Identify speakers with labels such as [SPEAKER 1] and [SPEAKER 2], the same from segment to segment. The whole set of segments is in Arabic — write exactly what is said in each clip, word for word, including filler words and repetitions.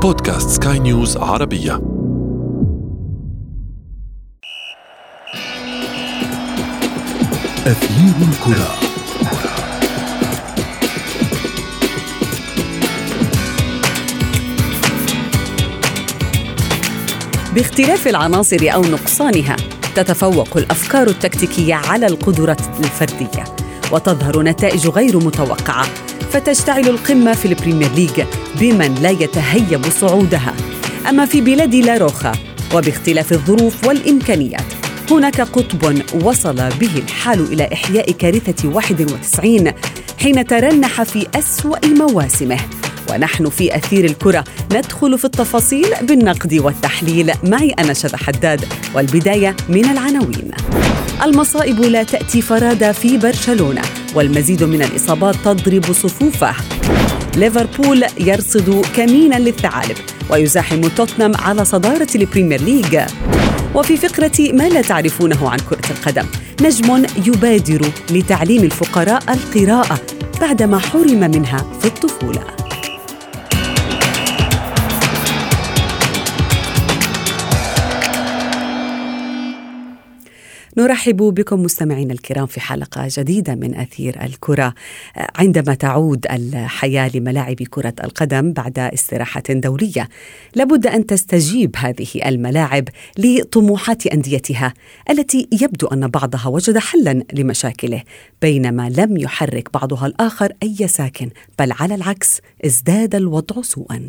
[SPEAKER 1] بودكاست سكاي نيوز عربية.
[SPEAKER 2] أثير الكرة.
[SPEAKER 3] باختلاف العناصر أو نقصانها تتفوق الأفكار التكتيكية على القدرات الفردية، وتظهر نتائج غير متوقعة، فتشتعل القمة في البريمير ليج بمن لا يتهيب صعودها. أما في بلاد لاروخا وباختلاف الظروف والإمكانيات هناك قطب وصل به الحال إلى إحياء كارثة واحد وتسعين حين ترنح في أسوأ مواسمه. ونحن في أثير الكرة ندخل في التفاصيل بالنقد والتحليل. معي أنا شذى حداد، والبداية من العناوين. المصائب لا تأتي فرادى في برشلونة، والمزيد من الإصابات تضرب صفوفه. ليفربول يرصد كمينا للثعالب ويزاحم توتنهام على صدارة البريمير ليج. وفي فقرة ما لا تعرفونه عن كرة القدم، نجم يبادر لتعليم الفقراء القراءة بعدما حرم منها في الطفولة. نرحب بكم مستمعينا الكرام في حلقة جديدة من أثير الكرة. عندما تعود الحياة لملاعب كرة القدم بعد استراحة دولية، لابد أن تستجيب هذه الملاعب لطموحات أنديتها التي يبدو أن بعضها وجد حلا لمشاكله، بينما لم يحرك بعضها الآخر أي ساكن، بل على العكس ازداد الوضع سوءا.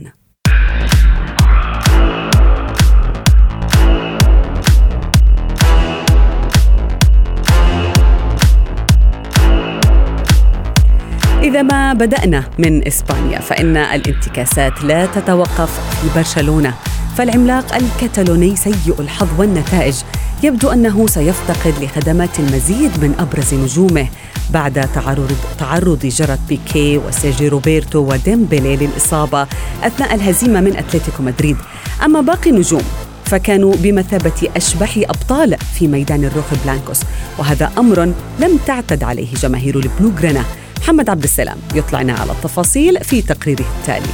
[SPEAKER 3] إذا ما بدأنا من إسبانيا، فإن الانتكاسات لا تتوقف في برشلونة، فالعملاق الكتالوني سيء الحظ والنتائج يبدو أنه سيفتقد لخدمات المزيد من أبرز نجومه بعد تعرض تعرض جيرارد بيكي وسيرجي روبرتو وديمبلي للإصابة أثناء الهزيمة من أتلتيكو مدريد. أما باقي النجوم فكانوا بمثابة أشبح أبطال في ميدان الروخ بلانكوس، وهذا أمر لم تعتد عليه جماهير البلوغرانا. محمد عبد السلام يطلعنا على التفاصيل في تقريره التالي.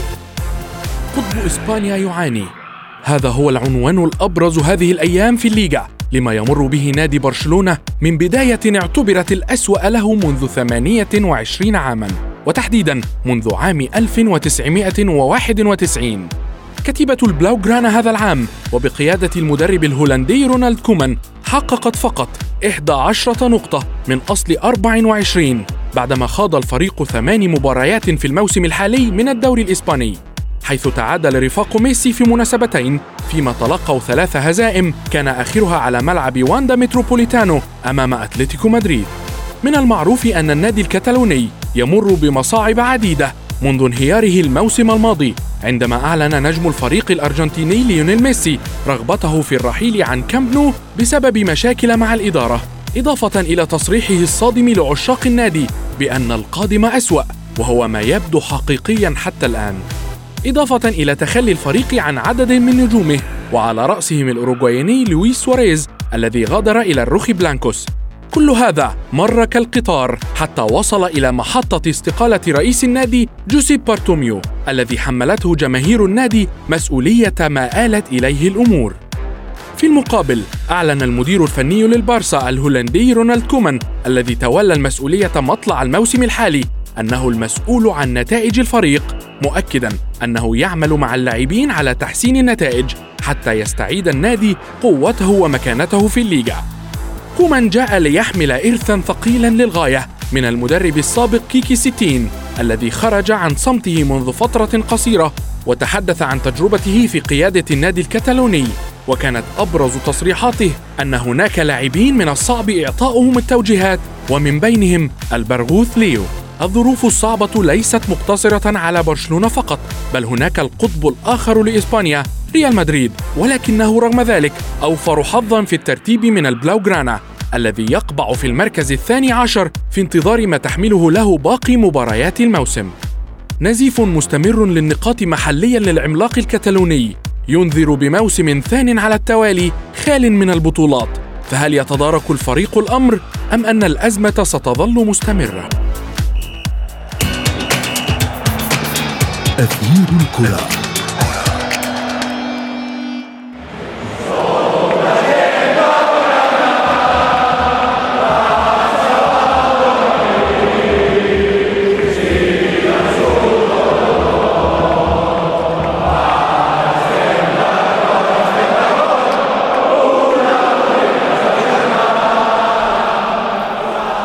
[SPEAKER 4] قطب إسبانيا يعاني، هذا هو العنوان الأبرز هذه الأيام في الليغا لما يمر به نادي برشلونة من بداية اعتبرت الأسوأ له منذ ثمانية وعشرين عاماً، وتحديداً منذ عام ألف وتسعمائة وواحد وتسعين. كتيبة البلاوغرانا هذا العام وبقيادة المدرب الهولندي رونالد كومان حققت فقط إحدى عشرة نقطة من أصل أربع وعشرين بعدما خاض الفريق ثمان مباريات في الموسم الحالي من الدوري الإسباني، حيث تعادل رفاق ميسي في مناسبتين، فيما تلقوا ثلاث هزائم كان آخرها على ملعب واندا متروبوليتانو أمام أتلتيكو مدريد. من المعروف أن النادي الكتالوني يمر بمصاعب عديدة منذ انهياره الموسم الماضي، عندما أعلن نجم الفريق الأرجنتيني ليونيل ميسي رغبته في الرحيل عن كامب نو بسبب مشاكل مع الإدارة، إضافة إلى تصريحه الصادم لعشاق النادي بأن القادم أسوأ، وهو ما يبدو حقيقيا حتى الآن، إضافة إلى تخلي الفريق عن عدد من نجومه، وعلى رأسهم الأوروغواياني لويس سواريز الذي غادر إلى الروخ بلانكوس. كل هذا مر كالقطار حتى وصل إلى محطة استقالة رئيس النادي جوزيب بارتوميو، الذي حملته جماهير النادي مسؤولية ما آلت إليه الأمور. في المقابل أعلن المدير الفني للبارسا الهولندي رونالد كومان الذي تولى المسؤولية مطلع الموسم الحالي أنه المسؤول عن نتائج الفريق، مؤكداً أنه يعمل مع اللاعبين على تحسين النتائج حتى يستعيد النادي قوته ومكانته في الليغا. كومان جاء ليحمل إرثاً ثقيلاً للغاية من المدرب السابق كيكي ستين الذي خرج عن صمته منذ فترة قصيرة وتحدث عن تجربته في قيادة النادي الكتالوني، وكانت أبرز تصريحاته أن هناك لاعبين من الصعب إعطاؤهم التوجيهات، ومن بينهم البرغوث ليو. الظروف الصعبة ليست مقتصرة على برشلونة فقط، بل هناك القطب الآخر لإسبانيا ريال مدريد، ولكنه رغم ذلك أوفر حظاً في الترتيب من البلاوغرانا الذي يقبع في المركز الثاني عشر في انتظار ما تحمله له باقي مباريات الموسم. نزيف مستمر للنقاط محلياً للعملاق الكتالوني ينذر بموسم ثان على التوالي خال من البطولات، فهل يتدارك الفريق الأمر أم أن الأزمة ستظل مستمرة؟
[SPEAKER 2] أثير الكرة.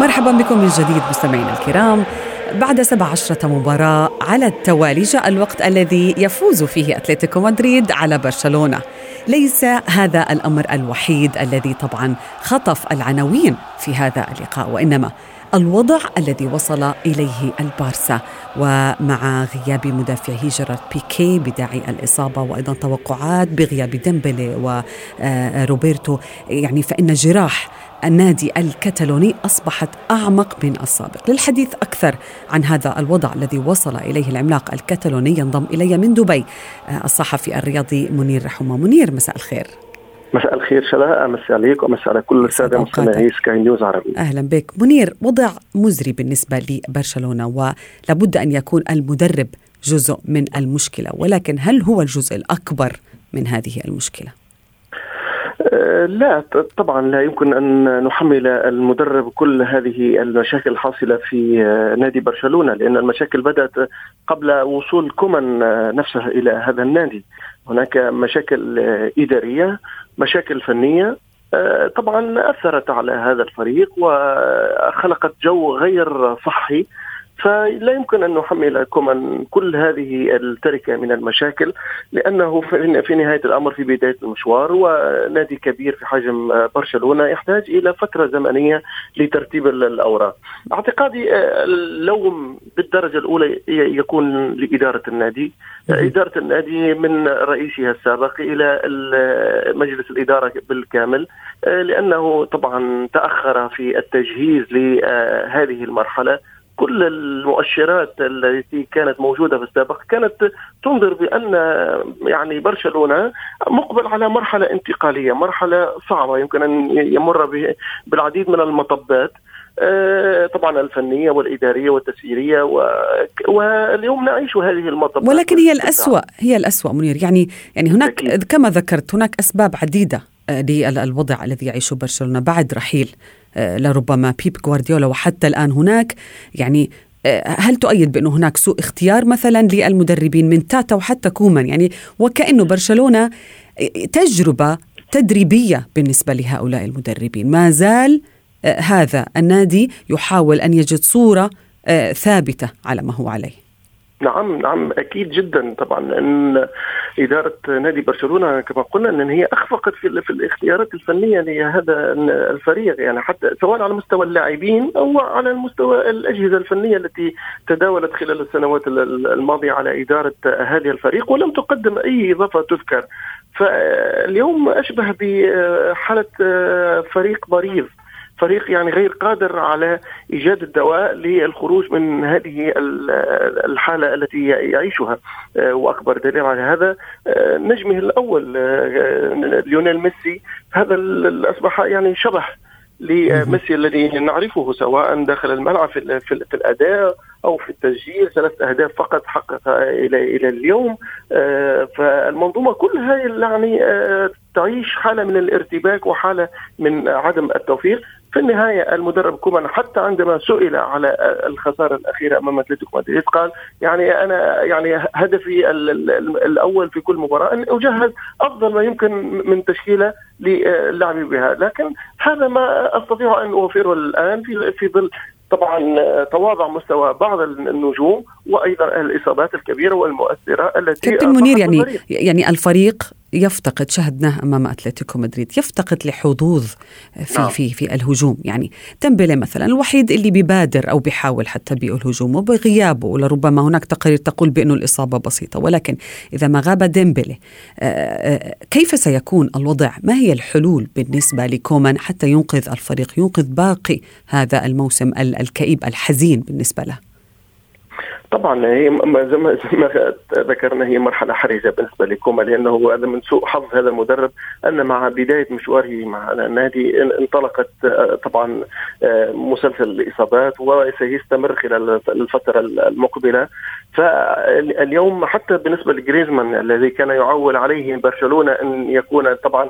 [SPEAKER 3] مرحبا بكم من جديد مستمعينا الكرام. بعد سبع عشرة مباراة على التوالي جاء الوقت الذي يفوز فيه أتلتيكو مدريد على برشلونة. ليس هذا الأمر الوحيد الذي طبعا خطف العناوين في هذا اللقاء، وإنما الوضع الذي وصل إليه البارسا، ومع غياب مدافعه جيرارد بيكي بداعي الإصابة، وأيضا توقعات بغياب ديمبلي وروبرتو، يعني فإن جراح النادي الكتالوني أصبحت أعمق من السابق. للحديث أكثر عن هذا الوضع الذي وصل إليه العملاق الكتالوني ينضم إلي من دبي الصحفي الرياضي منير رحومة. منير، مساء الخير.
[SPEAKER 2] مساء الخير شلاء، أمسي عليك ومساء على كل السادة مستمعي سكاي نيوز عربي.
[SPEAKER 3] أهلا بك منير. وضع مزري بالنسبة لبرشلونة، ولابد أن يكون المدرب جزء من المشكلة، ولكن هل هو الجزء الأكبر من هذه المشكلة؟
[SPEAKER 2] لا طبعا، لا يمكن أن نحمل المدرب كل هذه المشاكل الحاصلة في نادي برشلونة، لأن المشاكل بدأت قبل وصول كومان نفسه إلى هذا النادي. هناك مشاكل إدارية، مشاكل فنية طبعا أثرت على هذا الفريق وخلقت جو غير صحي، فلا يمكن أن نحمل كومان كل هذه التركة من المشاكل، لأنه في نهاية الأمر في بداية المشوار، ونادي كبير في حجم برشلونة يحتاج إلى فترة زمنية لترتيب الأوراق. اعتقادي اللوم بالدرجة الأولى يكون لإدارة النادي، إدارة النادي من رئيسها السابق إلى مجلس الإدارة بالكامل، لأنه طبعا تأخر في التجهيز لهذه المرحلة. كل المؤشرات التي كانت موجودة في السابق كانت تنظر بأن يعني برشلونة مقبل على مرحلة انتقالية، مرحلة صعبة يمكن أن يمر بالعديد من المطبات، طبعا الفنية والإدارية والتسييرية، واليوم نعيش هذه المطبات.
[SPEAKER 3] ولكن هي الأسوأ، هي الأسوأ منير. يعني يعني هناك أكيد. كما ذكرت هناك أسباب عديدة للوضع الذي يعيشه برشلونة بعد رحيل لربما بيب غوارديولا، وحتى الآن هناك يعني هل تؤيد بأنه هناك سوء اختيار مثلا للمدربين من تاتا وحتى كومان؟ يعني وكأنه برشلونة تجربة تدريبية بالنسبة لهؤلاء المدربين. ما زال هذا النادي يحاول أن يجد صورة ثابتة على ما هو عليه.
[SPEAKER 2] نعم نعم أكيد جدا. طبعا أن إدارة نادي برشلونة كما قلنا أن هي أخفقت في, في الاختيارات الفنية لهذا الفريق، يعني حتى سواء على مستوى اللاعبين أو على المستوى الأجهزة الفنية التي تداولت خلال السنوات الماضية على إدارة هذه الفريق ولم تقدم أي إضافة تذكر. فاليوم أشبه بحالة فريق مريض، فريق يعني غير قادر على إيجاد الدواء للخروج من هذه الحالة التي يعيشها. وأكبر دليل على هذا نجمه الأول ليونيل ميسي، هذا أصبح يعني شبه لميسي الذي نعرفه سواء داخل الملعب في, في, في الأداء أو في التسجيل. ثلاث أهداف فقط حققها إلى إلى اليوم. فالمنظومة كلها يعني تعيش حالة من الارتباك وحالة من عدم التوفيق. في النهاية المدرب كومان حتى عندما سئل على الخسارة الأخيرة أمام أتلتيكو مدريد قال يعني أنا يعني هدفي الأول في كل مباراة أن أجهز أفضل ما يمكن من تشكيلة للعب بها، لكن هذا ما أستطيع أن أوفره الآن في في ظل طبعا تواضع مستوى بعض النجوم وأيضا الإصابات الكبيرة والمؤثرة التي
[SPEAKER 3] كابتن منير. يعني الفريق. يعني الفريق يفتقد، شاهدناه أمام أتلتيكو مدريد، يفتقد لحظوظ في نعم. في في الهجوم. يعني ديمبلي مثلا الوحيد اللي بيبادر أو بيحاول حتى بالهجوم، وبغيابه ولربما هناك تقارير تقول بأنه الإصابة بسيطة، ولكن إذا ما غاب ديمبلي كيف سيكون الوضع؟ ما هي الحلول بالنسبة لكومان حتى ينقذ الفريق، ينقذ باقي هذا الموسم الكئيب الحزين بالنسبة له؟
[SPEAKER 2] طبعا هي زي ما ذكرنا هي مرحلة حرجة بالنسبة لكوما، لأنه هذا من سوء حظ هذا المدرب أن مع بداية مشواره مع النادي انطلقت طبعا مسلسل الإصابات وسيستمر خلال الفترة المقبلة. فاليوم حتى بالنسبة لجريزمان الذي كان يعول عليه برشلونة أن يكون طبعا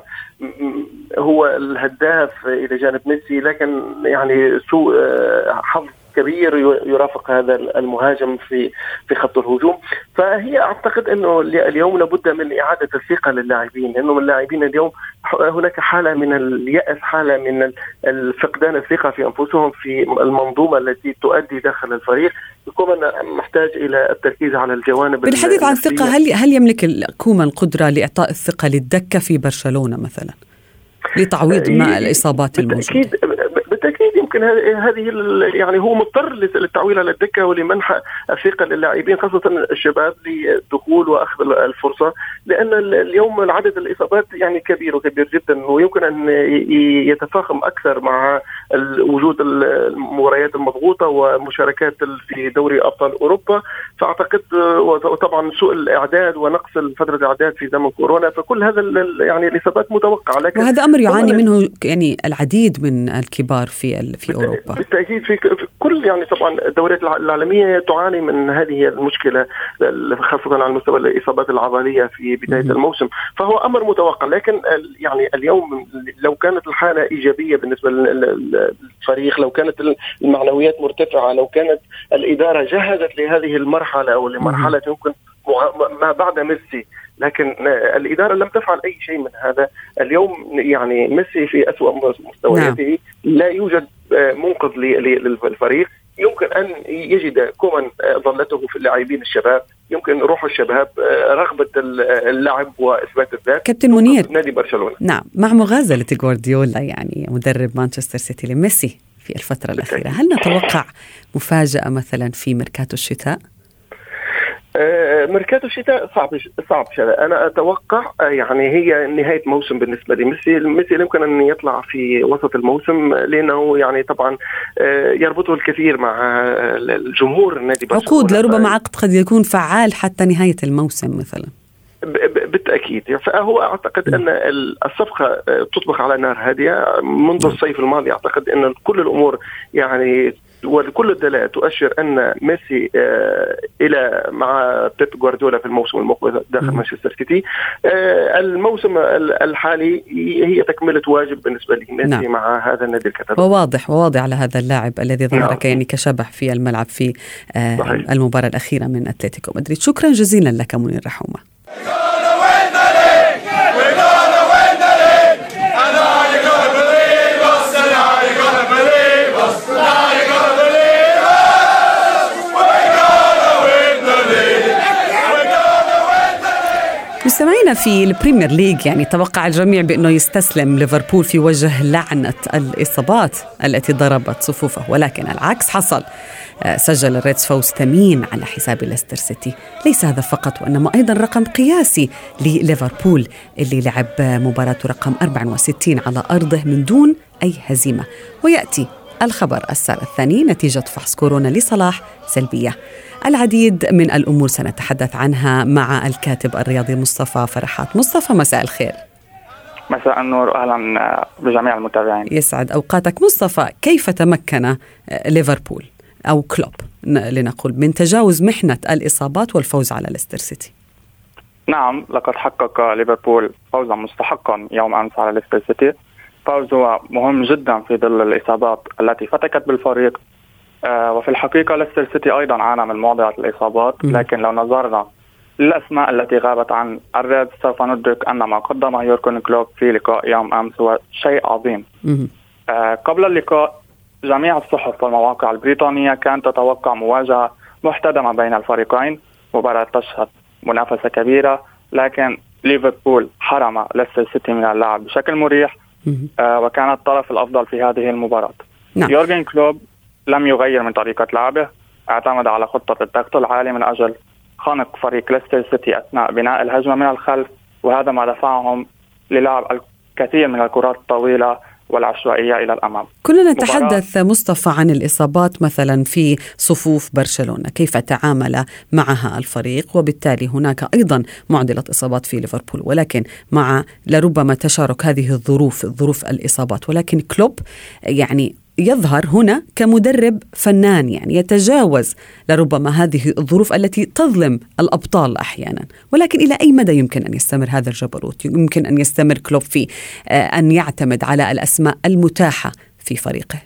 [SPEAKER 2] هو الهداف إلى جانب ميسي، لكن يعني سوء حظ كبير يرافق هذا المهاجم في في خط الهجوم. فهي اعتقد انه اليوم لابد من اعاده الثقه للاعبين، لانه اللاعبين اليوم هناك حالة من اليأس، حالة من الفقدان الثقة في أنفسهم في المنظومة التي تؤدي داخل الفريق. كومان محتاج إلى التركيز على الجوانب.
[SPEAKER 3] بالحديث عن ثقة، هل هل يملك كومان القدرة لإعطاء الثقة للدكة في برشلونة مثلا لتعويض ما الإصابات الموجودة؟
[SPEAKER 2] بالتأكيد يمكن هذه يعني هو مضطر للتعويل على الدكة ولمنح الثقة للاعبين خاصة الشباب للدخول وأخذ الفرصة، لأن اليوم العدد الإصابات يعني كبير وكبير جدا، ويمكن أن يتفاقم أكثر مع وجود المباريات المضغوطة ومشاركات في دوري أبطال أوروبا. فأعتقد وطبعا سوء الإعداد ونقص فترة الإعداد في زمن كورونا، فكل هذا يعني الإصابات متوقعة. لكن
[SPEAKER 3] وهذا أمر يعاني منه يعني العديد من الكبار في في أوروبا.
[SPEAKER 2] بالتأكيد في كل يعني طبعا الدوريات العالمية تعاني من هذه المشكلة خاصة على مستوى الإصابات العضلية في بداية م- الموسم، فهو أمر متوقع. لكن يعني اليوم لو كانت الحالة إيجابية بالنسبة للفريق، لو كانت المعنويات مرتفعة، لو كانت الإدارة جهزت لهذه المرحلة أو لمرحلة يمكن ما بعد ميسي، لكن الإدارة لم تفعل أي شيء من هذا. اليوم يعني ميسي في أسوأ مستوياته، نعم. لا يوجد منقذ للفريق. يمكن أن يجد كومان ظلته في اللاعبين الشباب، يمكن روح الشباب، رغبة اللعب وإثبات الذات.
[SPEAKER 3] كابتن منير،
[SPEAKER 2] نادي برشلونة
[SPEAKER 3] نعم مع مغازلة غوارديولا يعني مدرب مانشستر سيتي لميسي في الفترة الأخيرة، هل نتوقع مفاجأة مثلا في ميركاتو الشتاء؟
[SPEAKER 2] ميركاتو الشتاء صعب صعب شوية. أنا أتوقع يعني هي نهاية موسم بالنسبة لي. ميسي ميسي يمكن أن يطلع في وسط الموسم، لأنه يعني طبعا يربطه الكثير مع الجمهور النادي برشلونة.
[SPEAKER 3] عقود لربما عقد قد يكون فعال حتى نهاية الموسم مثلا.
[SPEAKER 2] بالتأكيد. فهو أعتقد أن الصفقة تطبخ على نار هادية منذ الصيف الماضي. أعتقد أن كل الأمور يعني وكل الدلائل تؤشر أن ميسي إلى مع بيب غوارديولا في الموسم المقبل داخل مانشستر سيتي. الموسم الحالي هي تكملة واجب بالنسبة لي ميسي، نعم. مع هذا النادي الكتالوني.
[SPEAKER 3] وواضح وواضح على هذا اللاعب الذي ظهر نعم. يعني كشبح في الملعب في صحيح. المباراة الأخيرة من أتلتيكو مدريد. شكرا جزيلا لك منير رحومة. مستمعينا في البريمير ليج، يعني توقع الجميع بأنه يستسلم ليفربول في وجه لعنة الإصابات التي ضربت صفوفه، ولكن العكس حصل. سجل الريدز فوز ثمين على حساب ليستر سيتي. ليس هذا فقط، وإنما أيضا رقم قياسي لليفربول اللي لعب مباراته رقم أربعة وستين على أرضه من دون أي هزيمة. ويأتي الخبر السار الثاني، نتيجة فحص كورونا لصلاح سلبية. العديد من الأمور سنتحدث عنها مع الكاتب الرياضي مصطفى فرحات. مصطفى، مساء الخير.
[SPEAKER 5] مساء النور، أهلا بجميع المتابعين.
[SPEAKER 3] يسعد أوقاتك. مصطفى، كيف تمكن ليفربول أو كلوب لنقول من تجاوز محنة الإصابات والفوز على ليستر سيتي؟
[SPEAKER 5] نعم، لقد حقق ليفربول فوزا مستحقا يوم أمس على ليستر سيتي. فوز هو مهم جدا في ظل الإصابات التي فتكت بالفريق. آه وفي الحقيقة ليستر سيتي أيضا عانى من معضلة الإصابات، لكن لو نظرنا للأسماء التي غابت عن الريد سوف ندرك أن ما قدمه يورجن كلوب في لقاء يوم أمس هو شيء عظيم. آه قبل اللقاء جميع الصحف والمواقع البريطانية كانت تتوقع مواجهة محتدمة بين الفريقين، مباراة تشهد منافسة كبيرة، لكن ليفربول حرم ليستر سيتي من اللعب بشكل مريح، آه وكان الطرف الأفضل في هذه المباراة. نعم. يورجن كلوب لم يغير من طريقة لعبه، اعتمد على خطة الضغط العالي من أجل خنق فريق ليستر سيتي أثناء بناء الهجمة من الخلف، وهذا ما دفعهم للعب الكثير من الكرات الطويلة والعشوائية إلى الأمام.
[SPEAKER 3] كنا نتحدث مصطفى عن الإصابات مثلا في صفوف برشلونة، كيف تعامل معها الفريق، وبالتالي هناك أيضا معضلة إصابات في ليفربول، ولكن مع لربما تشارك هذه الظروف ظروف الإصابات، ولكن كلوب يعني يظهر هنا كمدرب فنان، يعني يتجاوز لربما هذه الظروف التي تظلم الأبطال أحيانا. ولكن إلى أي مدى يمكن أن يستمر هذا الجبروت؟ يمكن أن يستمر كلوب في أن يعتمد على الأسماء المتاحة في فريقه؟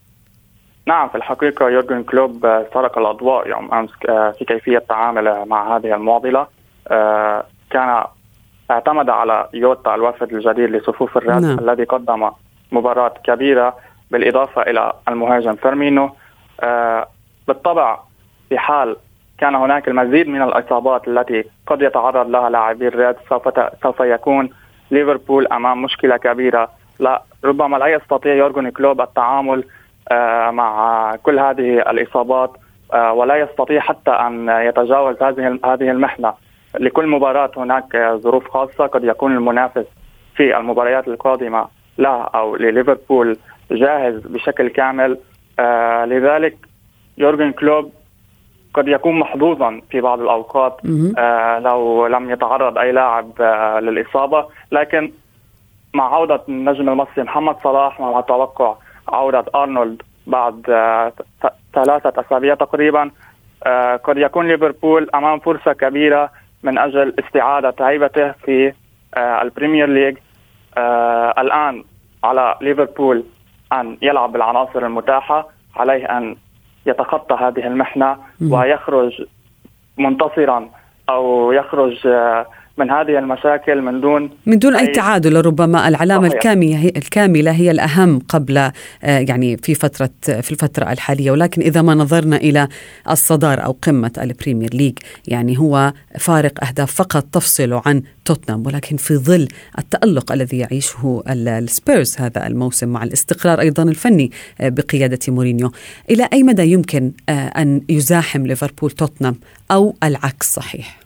[SPEAKER 5] نعم، في الحقيقة يورجن كلوب سرق الأضواء يوم أمس في كيفية تعامله مع هذه المعضلة. كان اعتمد على يوتا الوافد الجديد لصفوف الريد
[SPEAKER 3] نعم.
[SPEAKER 5] الذي قدم مباراة كبيرة بالإضافة إلى المهاجم فيرمينو. آه بالطبع في حال كان هناك المزيد من الإصابات التي قد يتعرض لها لاعبي الريد سوف سوف يكون ليفربول أمام مشكلة كبيرة. لا ربما لا يستطيع يورغن كلوب التعامل آه مع كل هذه الإصابات، آه ولا يستطيع حتى أن يتجاوز هذه هذه المحنة. لكل مباراة هناك ظروف خاصة، قد يكون المنافس في المباريات القادمة له أو لليفربول جاهز بشكل كامل. آه لذلك يورغن كلوب قد يكون محظوظا في بعض الأوقات آه لو لم يتعرض أي لاعب آه للإصابة، لكن مع عودة النجم المصري محمد صلاح ومع توقع عودة أرنولد بعد آه ثلاثة أسابيع تقريبا، آه قد يكون ليفربول أمام فرصة كبيرة من أجل استعادة هيبته في آه البريمير ليج. آه الآن على ليفربول أن يلعب بالعناصر المتاحة، عليه أن يتخطى هذه المحنة ويخرج منتصرا أو يخرج من هذه المشاكل من دون
[SPEAKER 3] من دون أي تعادل. ربما العلامة الكاملة الكاملة هي الأهم قبل يعني في فترة في الفترة الحالية. ولكن إذا ما نظرنا إلى الصدارة أو قمة البريمير ليج، يعني هو فارق أهداف فقط تفصل عن توتنهام، ولكن في ظل التألق الذي يعيشه السبيرز هذا الموسم مع الاستقرار أيضا الفني بقيادة مورينيو، إلى أي مدى يمكن أن يزاحم ليفربول توتنهام أو العكس صحيح؟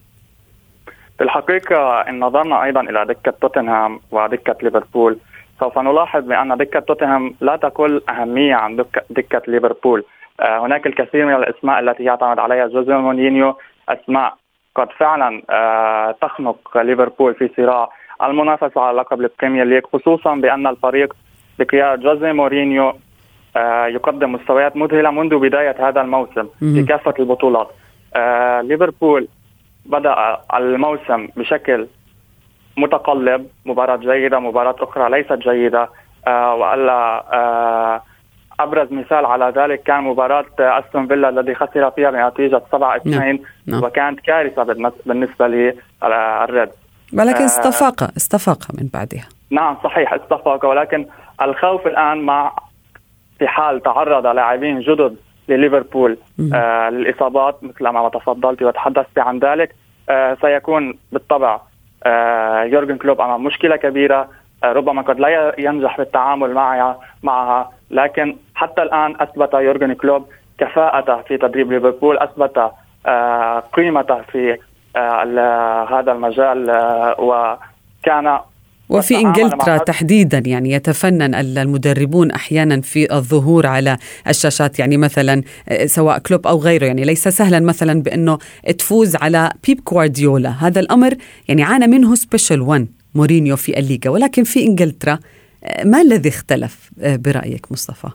[SPEAKER 5] في الحقيقة إن نظرنا أيضا إلى دكة توتنهام ودكة ليفربول سوف نلاحظ بأن دكة توتنهام لا تقل أهمية عن دكة, دكة ليفربول. آه هناك الكثير من الأسماء التي يعتمد عليها جوزيه مورينيو، أسماء قد فعلا آه تخنق ليفربول في صراع المنافسة على لقب البريمير ليج، خصوصا بأن الفريق بقيادة جوزيه مورينيو آه يقدم مستويات مذهلة منذ بداية هذا الموسم في كافة البطولات. آه ليفربول بدأ الموسم بشكل متقلب، مباراة جيدة مباراة أخرى ليست جيدة، آه وألا آه أبرز مثال على ذلك كان مباراة أستون فيلا الذي خسر فيها بنتيجة سبعة اثنين
[SPEAKER 3] نعم.
[SPEAKER 5] وكانت كارثة بالنسبة للريد،
[SPEAKER 3] ولكن استفاق آه استفاق من بعدها.
[SPEAKER 5] نعم صحيح استفاق، ولكن الخوف الآن مع في حال تعرض لاعبين جدد لليفربول آه للإصابات مثل ما تفضلت وتحدثت عن ذلك، آه سيكون بالطبع آه يورغن كلوب أمام مشكلة كبيرة، آه ربما قد لا ينجح بالتعامل معها معها لكن حتى الآن أثبت يورغن كلوب كفاءته في تدريب ليفربول، أثبت آه قيمته في آه هذا المجال، آه وكان
[SPEAKER 3] وفي إنجلترا تحديدا يعني يتفنن المدربون أحيانا في الظهور على الشاشات، يعني مثلا سواء كلوب أو غيره، يعني ليس سهلا مثلا بأنه تفوز على بيب جوارديولا، هذا الأمر يعني عانى منه سبيشال وان مورينيو في الليغا، ولكن في إنجلترا ما الذي اختلف برأيك مصطفى؟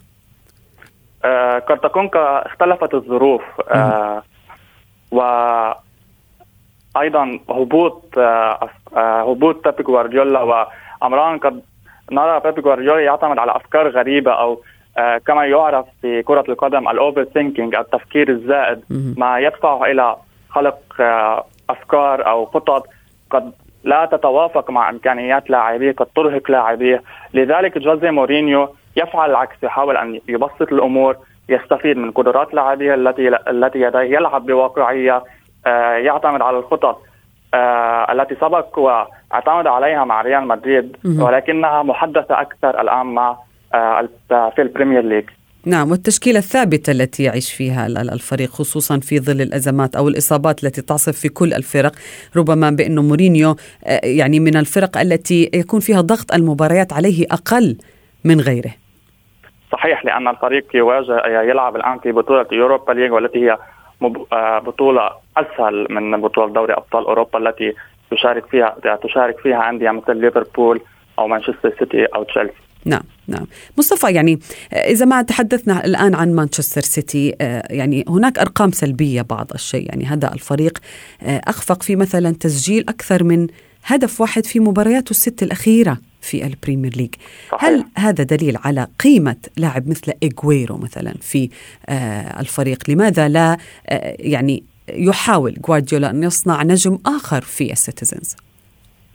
[SPEAKER 5] آه قد تكون اختلفت الظروف، آه و أيضا هبوط آه هبوط بيب جوارديولا وأمران. قد نرى بيب جوارديولا يعتمد على أفكار غريبة أو آه كما يعرف في كرة القدم الأوفر ثينكينج، التفكير الزائد، ما يدفعه إلى خلق آه أفكار أو خطط قد لا تتوافق مع إمكانيات لاعبيه، قد ترهق لاعبيه. لذلك جوزيه مورينيو يفعل العكس، يحاول أن يبسط الأمور، يستفيد من قدرات لاعبيه التي التي يديه، يلعب بواقعية، آه يعتمد على الخطط آه التي سبق واعتمد عليها مع ريال مدريد، ولكنها محدثة أكثر الآن مع آه في البريمير ليج.
[SPEAKER 3] نعم، والتشكيلة الثابتة التي يعيش فيها الفريق خصوصا في ظل الأزمات أو الإصابات التي تعصف في كل الفرق، ربما بأنه مورينيو يعني من الفرق التي يكون فيها ضغط المباريات عليه أقل من غيره.
[SPEAKER 5] صحيح، لأن الفريق يواجه يلعب الآن في بطولة يوروبا ليج، والتي هي بطولة أسهل من بطولة دوري أبطال أوروبا التي تشارك فيها تشارك فيها أندية مثل ليفربول أو مانشستر سيتي أو تشيلسي.
[SPEAKER 3] نعم نعم مصطفى، يعني إذا ما تحدثنا الآن عن مانشستر سيتي، يعني هناك أرقام سلبية بعض الشيء، يعني هذا الفريق أخفق في مثلا تسجيل أكثر من هدف واحد في مبارياته الست الأخيرة في البريمير ليج. صحيح. هل هذا دليل على قيمة لاعب مثل إغويرو مثلا في الفريق؟ لماذا لا يعني يحاول غوارديولا أن يصنع نجم آخر في السيتيزنز؟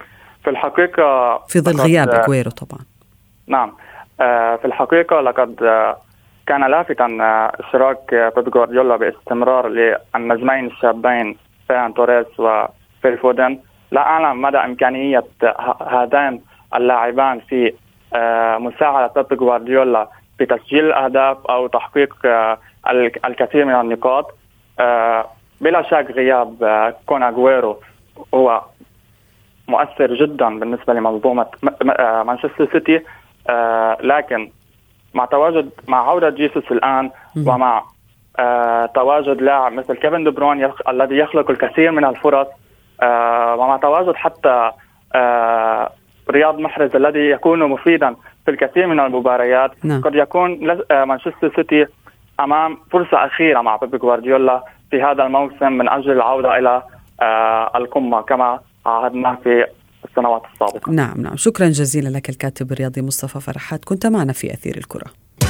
[SPEAKER 5] في الحقيقة
[SPEAKER 3] في ظل غياب أغويرو طبعا.
[SPEAKER 5] نعم، في الحقيقة لقد كان لافتا اشتراك بيب غوارديولا باستمرار للنجمين الشابين فيران توريس وفيل فودن. لا أعلم مدى إمكانية هذين اللاعبان في مساعدة بيب غوارديولا في تسجيل الأهداف أو تحقيق الكثير من النقاط. بلا شك غياب كون أغويرو هو مؤثر جدا بالنسبة لمنظومة مانشستر سيتي، لكن مع تواجد مع عودة جيسوس الآن ومع تواجد لاعب مثل كيفن دي بروين يخ... الذي يخلق الكثير من الفرص، ومع تواجد حتى رياض محرز الذي يكون مفيدا في الكثير من المباريات، نعم. قد يكون مانشستر سيتي أمام فرصة أخيرة مع بيب غوارديولا في هذا الموسم من أجل العودة إلى القمة كما عهدنا في السنوات السابقة.
[SPEAKER 3] نعم نعم، شكرا جزيلا لك الكاتب الرياضي مصطفى فرحات، كنت معنا في أثير الكرة.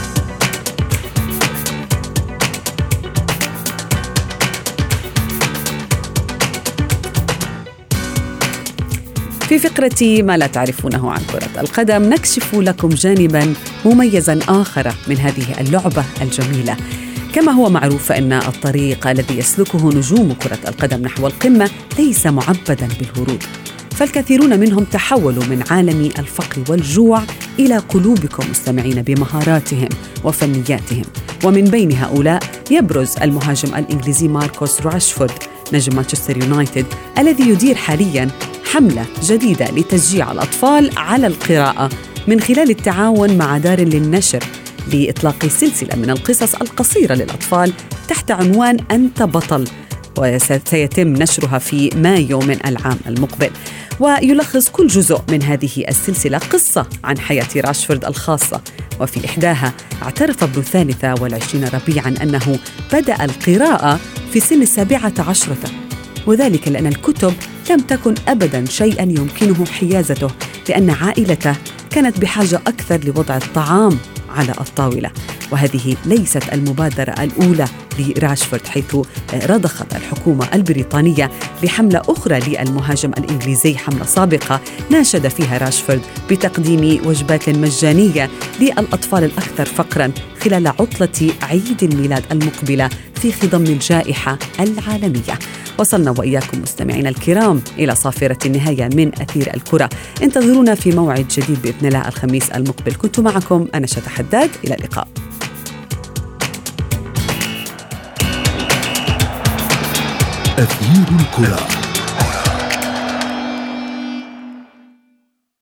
[SPEAKER 3] في فقرة ما لا تعرفونه عن كرة القدم نكشف لكم جانبا مميزا آخر من هذه اللعبة الجميلة. كما هو معروف فإن الطريق الذي يسلكه نجوم كرة القدم نحو القمة ليس معبدا بالهروب، فالكثيرون منهم تحولوا من عالم الفقر والجوع إلى قلوبكم مستمعين بمهاراتهم وفنياتهم. ومن بين هؤلاء يبرز المهاجم الإنجليزي ماركوس راشفورد نجم مانشستر يونايتد الذي يدير حالياً حملة جديدة لتشجيع الأطفال على القراءة من خلال التعاون مع دار للنشر لإطلاق سلسلة من القصص القصيرة للأطفال تحت عنوان أنت بطل، وسيتم نشرها في مايو من العام المقبل. ويلخص كل جزء من هذه السلسلة قصة عن حياة راشفورد الخاصة، وفي إحداها اعترف ابن الثالثة والعشرين ربيعاً أنه بدأ القراءة في سن السابعة عشرة، وذلك لأن الكتب لم تكن أبداً شيئاً يمكنه حيازته، لأن عائلته كانت بحاجة أكثر لوضع الطعام على الطاولة. وهذه ليست المبادرة الأولى لراشفورد، حيث رضخت الحكومة البريطانية لحملة أخرى للمهاجم الإنجليزي، حملة سابقة ناشد فيها راشفورد بتقديم وجبات مجانية للأطفال الأكثر فقراً خلال عطلة عيد الميلاد المقبلة في خضم الجائحة العالمية. وصلنا وإياكم مستمعين الكرام إلى صافرة النهاية من أثير الكرة. انتظرونا في موعد جديد بإذن الله الخميس المقبل. كنت معكم أنا شذى حداد، إلى اللقاء.
[SPEAKER 1] أثير الكرة.